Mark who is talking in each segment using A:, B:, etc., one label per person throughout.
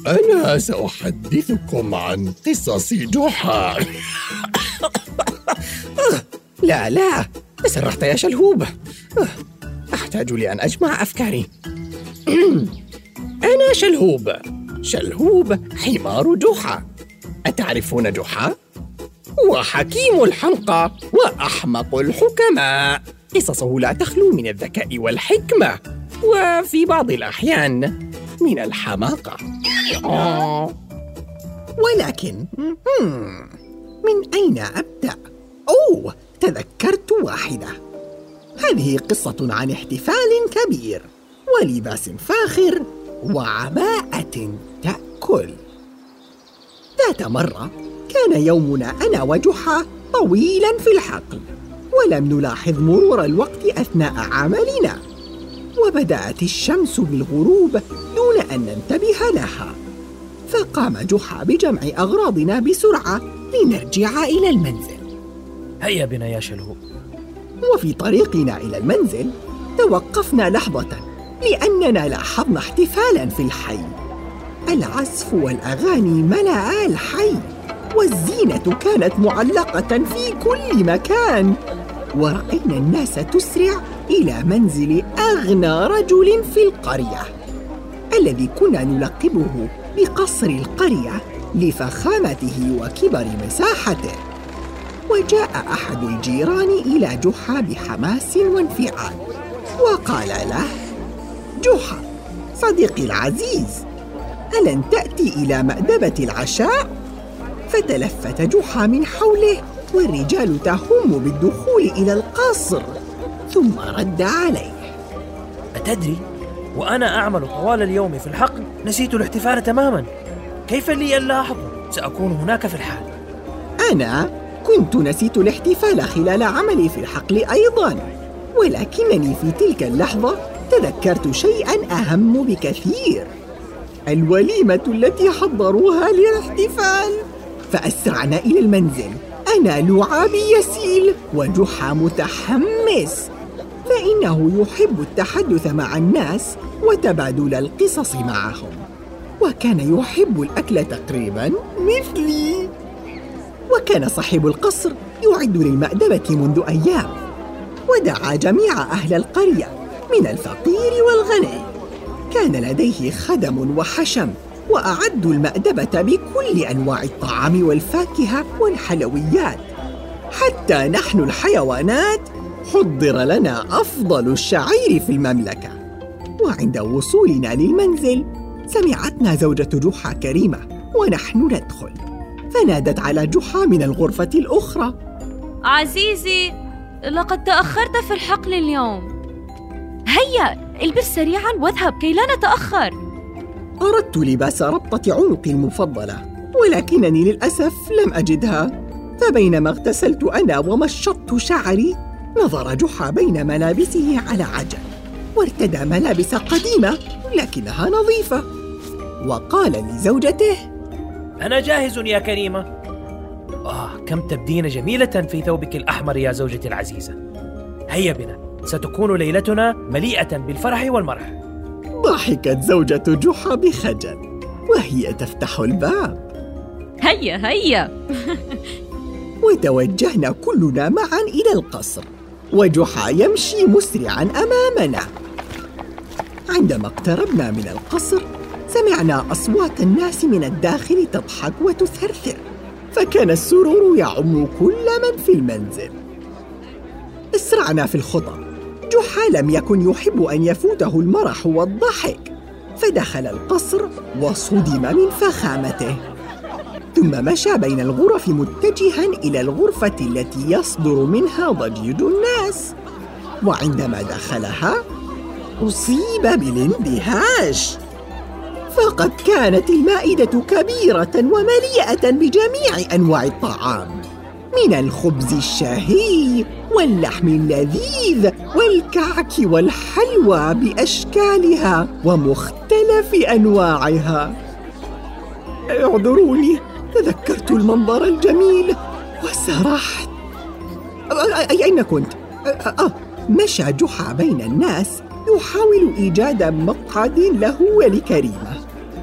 A: أنا سأحدثكم عن قصص جحا. لا تسرحت يا شلهوب. أحتاج لأن أجمع أفكاري. أنا شلهوب حمار جحا. أتعرفون جحا؟ هو حكيم الحمقى وأحمق الحكماء. قصصه لا تخلو من الذكاء والحكمة، وفي بعض الأحيان من الحماقة. ولكن من أين أبدأ؟ تذكرت واحدة. هذه قصة عن احتفال كبير ولباس فاخر وعباءة تأكل. ذات مرة كان يومنا أنا وجحا طويلاً في الحقل، ولم نلاحظ مرور الوقت أثناء عملنا، وبدأت الشمس بالغروب دون أن ننتبه لها. فقام جحا بجمع أغراضنا بسرعة لنرجع إلى المنزل.
B: هيا بنا يا شلهوب.
A: وفي طريقنا إلى المنزل توقفنا لحظة، لأننا لاحظنا احتفالاً في الحي. العزف والأغاني ملأ الحي، والزينة كانت معلقة في كل مكان، ورأينا الناس تسرع إلى منزل أغنى رجل في القرية، الذي كنا نلقبه بقصر القرية لفخامته وكبر مساحته. وجاء أحد الجيران إلى جحا بحماس وانفعال، وقال له: جحا صديقي العزيز، ألن تأتي إلى مأدبة العشاء؟ فتلفت جحا من حوله، والرجال تهم بالدخول إلى القصر، ثم رد عليه:
B: أتدري، وأنا أعمل طوال اليوم في الحقل نسيت الاحتفال تماما. كيف لي أن لا أحضر؟ سأكون هناك في الحال.
A: أنا كنت نسيت الاحتفال خلال عملي في الحقل أيضا، ولكنني في تلك اللحظة تذكرت شيئا أهم بكثير: الوليمة التي حضروها للاحتفال. فأسرعنا إلى المنزل، أنا لعابي يسيل وجحا متحمس، فإنه يحب التحدث مع الناس وتبادل القصص معهم، وكان يحب الأكل تقريباً مثلي. وكان صاحب القصر يعد للمأدبة منذ أيام، ودعا جميع أهل القرية من الفقير والغني. كان لديه خدم وحشم، وأعدوا المأدبة بكل أنواع الطعام والفاكهة والحلويات. حتى نحن الحيوانات حضر لنا أفضل الشعير في المملكة. وعند وصولنا للمنزل سمعتنا زوجة جحا كريمة ونحن ندخل، فنادت على جحا من الغرفة الأخرى:
C: عزيزي، لقد تأخرت في الحقل اليوم. هيا البس سريعاً واذهب كي لا نتأخر.
A: أردت لباس ربطة عنقي المفضلة، ولكنني للأسف لم أجدها. فبينما اغتسلت أنا ومشطت شعري، نظر جحا بين ملابسه على عجل، وارتدى ملابس قديمة لكنها نظيفة، وقال لزوجته:
B: أنا جاهز يا كريمة. كم تبدين جميلة في ثوبك الأحمر يا زوجتي العزيزة. هيا بنا، ستكون ليلتنا مليئة بالفرح والمرح.
A: ضحكت زوجة جحا بخجل وهي تفتح الباب.
C: هيا
A: وتوجهنا كلنا معا إلى القصر، وجحا يمشي مسرعا أمامنا. عندما اقتربنا من القصر سمعنا أصوات الناس من الداخل تضحك وتثرثر، فكان السرور يعم كل من في المنزل. اسرعنا في الخطى. جحا لم يكن يحب أن يفوته المرح والضحك، فدخل القصر وصدم من فخامته، ثم مشى بين الغرف متجها إلى الغرفة التي يصدر منها ضجيج الناس. وعندما دخلها أصيب بالاندهاش، فقد كانت المائدة كبيرة ومليئة بجميع أنواع الطعام، من الخبز الشهي واللحم اللذيذ والكعك والحلوى بأشكالها ومختلف أنواعها. اعذروني، تذكرت المنظر الجميل وسرحت. أين كنت؟ مشى جحا بين الناس يحاول إيجاد مقعد له ولكريمة،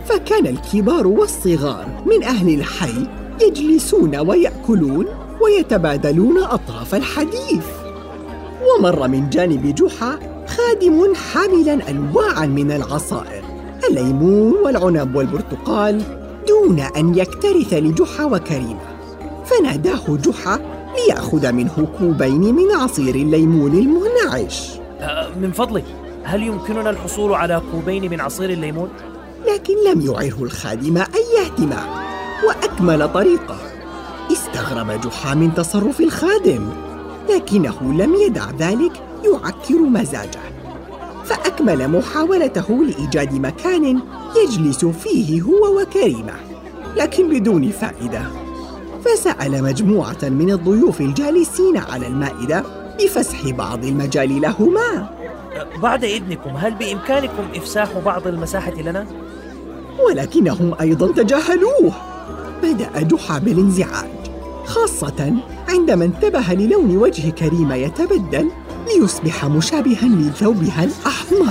A: فكان الكبار والصغار من أهل الحي يجلسون ويأكلون ويتبادلون أطراف الحديث. ومر من جانب جحا خادم حاملاً أنواعاً من العصائر، الليمون والعنب والبرتقال، دون أن يكترث لجحا وكريمة. فناداه جحا ليأخذ منه كوبين من عصير الليمون المنعش.
B: من فضلك، هل يمكننا الحصول على كوبين من عصير الليمون؟
A: لكن لم يعره الخادم أي اهتمام، وأكمل طريقه. استغرب جحا من تصرف الخادم، لكنه لم يدع ذلك يعكر مزاجه، فأكمل محاولته لإيجاد مكان يجلس فيه هو وكريمة، لكن بدون فائدة. فسأل مجموعة من الضيوف الجالسين على المائدة بفسح بعض المجال لهما.
B: بعد إذنكم، هل بإمكانكم إفساح بعض المساحة لنا؟
A: ولكنهم أيضاً تجاهلوه. بدأ جحا بالانزعاج، خاصة عندما انتبه للون وجه كريمة يتبدل ليصبح مشابهاً لثوبها الأحمر.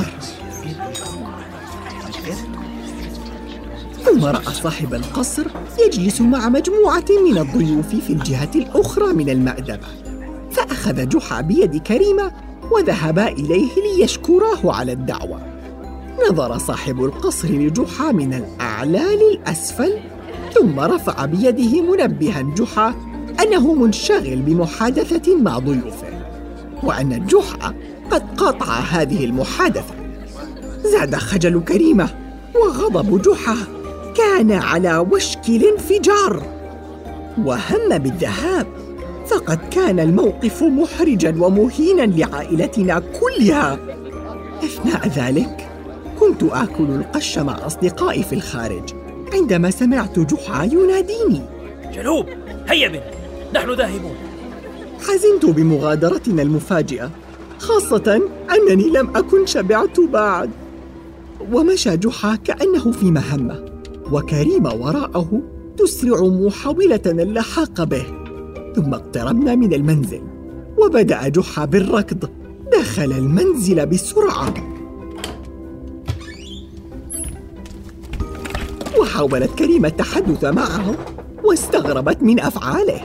A: ثم رأى صاحب القصر يجلس مع مجموعة من الضيوف في الجهة الأخرى من المأدبة، فأخذ جحا بيد كريمة وذهبا إليه ليشكراه على الدعوة. نظر صاحب القصر لجحا من الأعلى للأسفل، ثم رفع بيده منبها جحا أنه منشغل بمحادثة مع ضيوفه، وأن جحا قد قاطع هذه المحادثة. زاد خجل كريمة وغضب جحا كان على وشك الانفجار، وهم بالذهاب، فقد كان الموقف محرجاً ومهيناً لعائلتنا كلها. أثناء ذلك كنت آكل القش مع أصدقائي في الخارج عندما سمعت جحا يناديني:
B: جلوب، هيا بنا، نحن ذاهبون.
A: حزنت بمغادرتنا المفاجئة، خاصة أنني لم أكن شبعت بعد. ومشى جحا كأنه في مهمة، وكريمة وراءه تسرع محاولة اللحاق به. ثم اقتربنا من المنزل، وبدأ جحا بالركض. دخل المنزل بسرعة، وحاولت كريمة التحدث معه، واستغربت من أفعاله.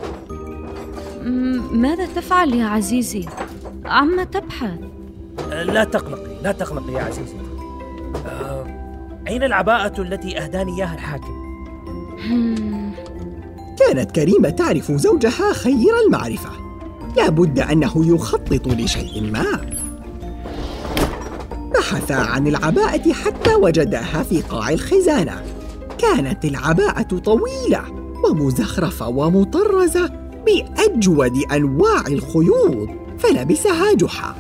C: ماذا تفعل يا عزيزي؟ عما تبحث؟
B: لا تقلقي يا عزيزي. أين العباءة التي أهداني إياها الحاكم؟
A: كانت كريمة تعرف زوجها خير المعرفة، لا بد أنه يخطط لشيء ما. بحثا عن العباءة حتى وجداها في قاع الخزانة. كانت العباءة طويلة ومزخرفة ومطرزة بأجود أنواع الخيوط، فلبسها جحا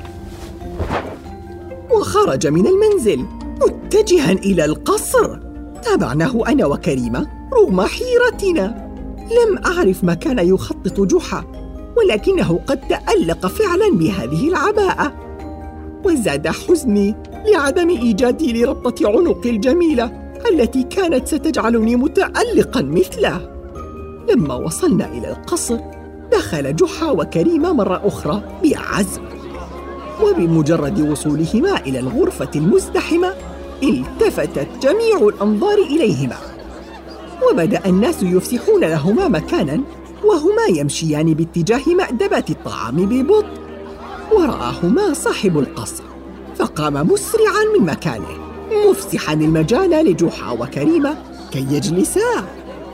A: وخرج من المنزل متجها إلى القصر. تابعناه أنا وكريمة رغم حيرتنا. لم أعرف ما كان يخطط جحا، ولكنه قد تألق فعلا بهذه العباءة. وزاد حزني لعدم إيجادي لربطة عنق الجميلة التي كانت ستجعلني متألقا مثله. لما وصلنا إلى القصر دخل جحا وكريمة مرة أخرى بعزم، وبمجرد وصولهما إلى الغرفة المزدحمة التفتت جميع الأنظار إليهما، وبدأ الناس يفسحون لهما مكاناً وهما يمشيان باتجاه مأدبة الطعام ببطء. ورآهما صاحب القصر، فقام مسرعاً من مكانه مفسحاً المجال لجحا وكريمة كي يجلسا.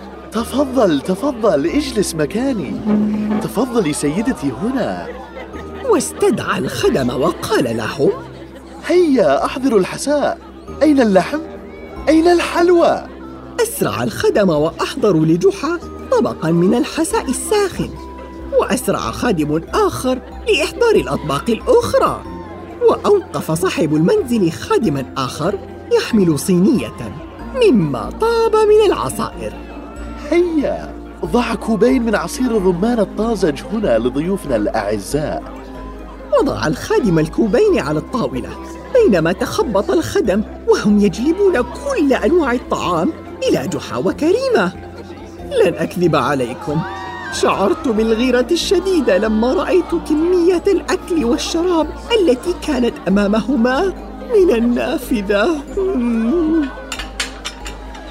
D: تفضل اجلس مكاني. تفضلي سيدتي هنا.
A: واستدعى الخدم وقال لهم:
D: هيا أحضروا الحساء. أين اللحم؟ أين الحلوى؟
A: أسرع الخدم وأحضروا لجحا طبقاً من الحساء الساخن، وأسرع خادم آخر لإحضار الأطباق الأخرى. وأوقف صاحب المنزل خادماً آخر يحمل صينية مما طاب من العصائر.
D: هيا ضع كوبين من عصير الرمان الطازج هنا لضيوفنا الأعزاء.
A: وضع الخادم الكوبين على الطاولة، بينما تخبط الخدم وهم يجلبون كل أنواع الطعام إلى جحا وكريمة. لن أكذب عليكم، شعرت بالغيرة الشديدة لما رأيت كمية الأكل والشراب التي كانت أمامهما من النافذة.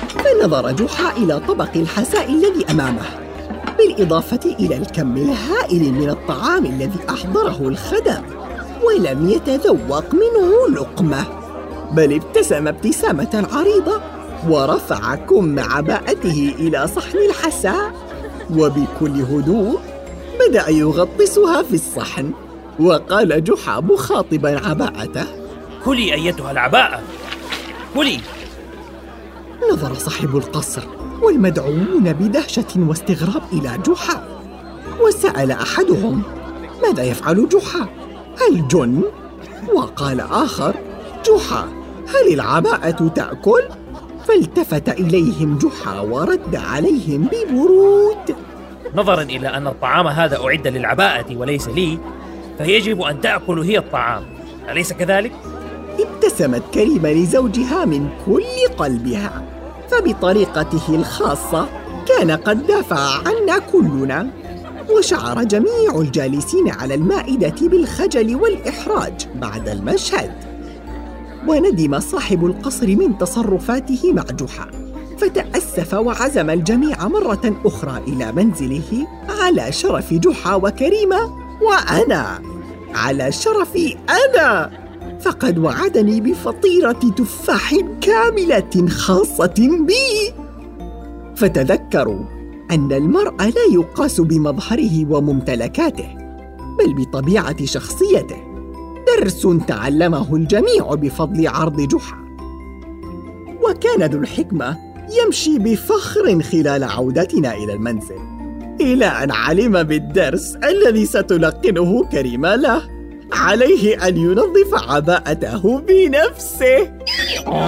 A: فنظر جحا إلى طبق الحساء الذي أمامه، بالإضافة إلى الكم الهائل من الطعام الذي أحضره الخدم، ولم يتذوق منه لقمة، بل ابتسم ابتسامة عريضة ورفع كم عباءته إلى صحن الحساء، وبكل هدوء بدأ يغطسها في الصحن. وقال جحا مخاطبا عباءته:
B: كلي أيتها العباءة، كلي.
A: نظر صاحب القصر والمدعوون بدهشة واستغراب إلى جحا، وسأل أحدهم: ماذا يفعل جحا؟ هل جن؟ وقال آخر: جحا، هل العباءة تأكل؟ فالتفت إليهم جحا ورد عليهم ببرود:
B: نظراً إلى أن الطعام هذا أعد للعباءة وليس لي، فيجب أن تأكل هي الطعام، أليس كذلك؟
A: ابتسمت كريمة لزوجها من كل قلبها، فبطريقته الخاصة كان قد دافع عنا كلنا. وشعر جميع الجالسين على المائدة بالخجل والإحراج بعد المشهد. وندم صاحب القصر من تصرفاته مع جحا، فتأسف وعزم الجميع مرة أخرى إلى منزله على شرف جحا وكريمة، وأنا على شرفي أنا، فقد وعدني بفطيرة تفاح كاملة خاصة بي. فتذكروا أن المرء لا يقاس بمظهره وممتلكاته، بل بطبيعة شخصيته، درس تعلمه الجميع بفضل عرض جحا. وكان ذو الحكمة يمشي بفخر خلال عودتنا إلى المنزل، إلى أن علم بالدرس الذي ستلقنه كريمة له. عليه أن ينظف عباءته بنفسه.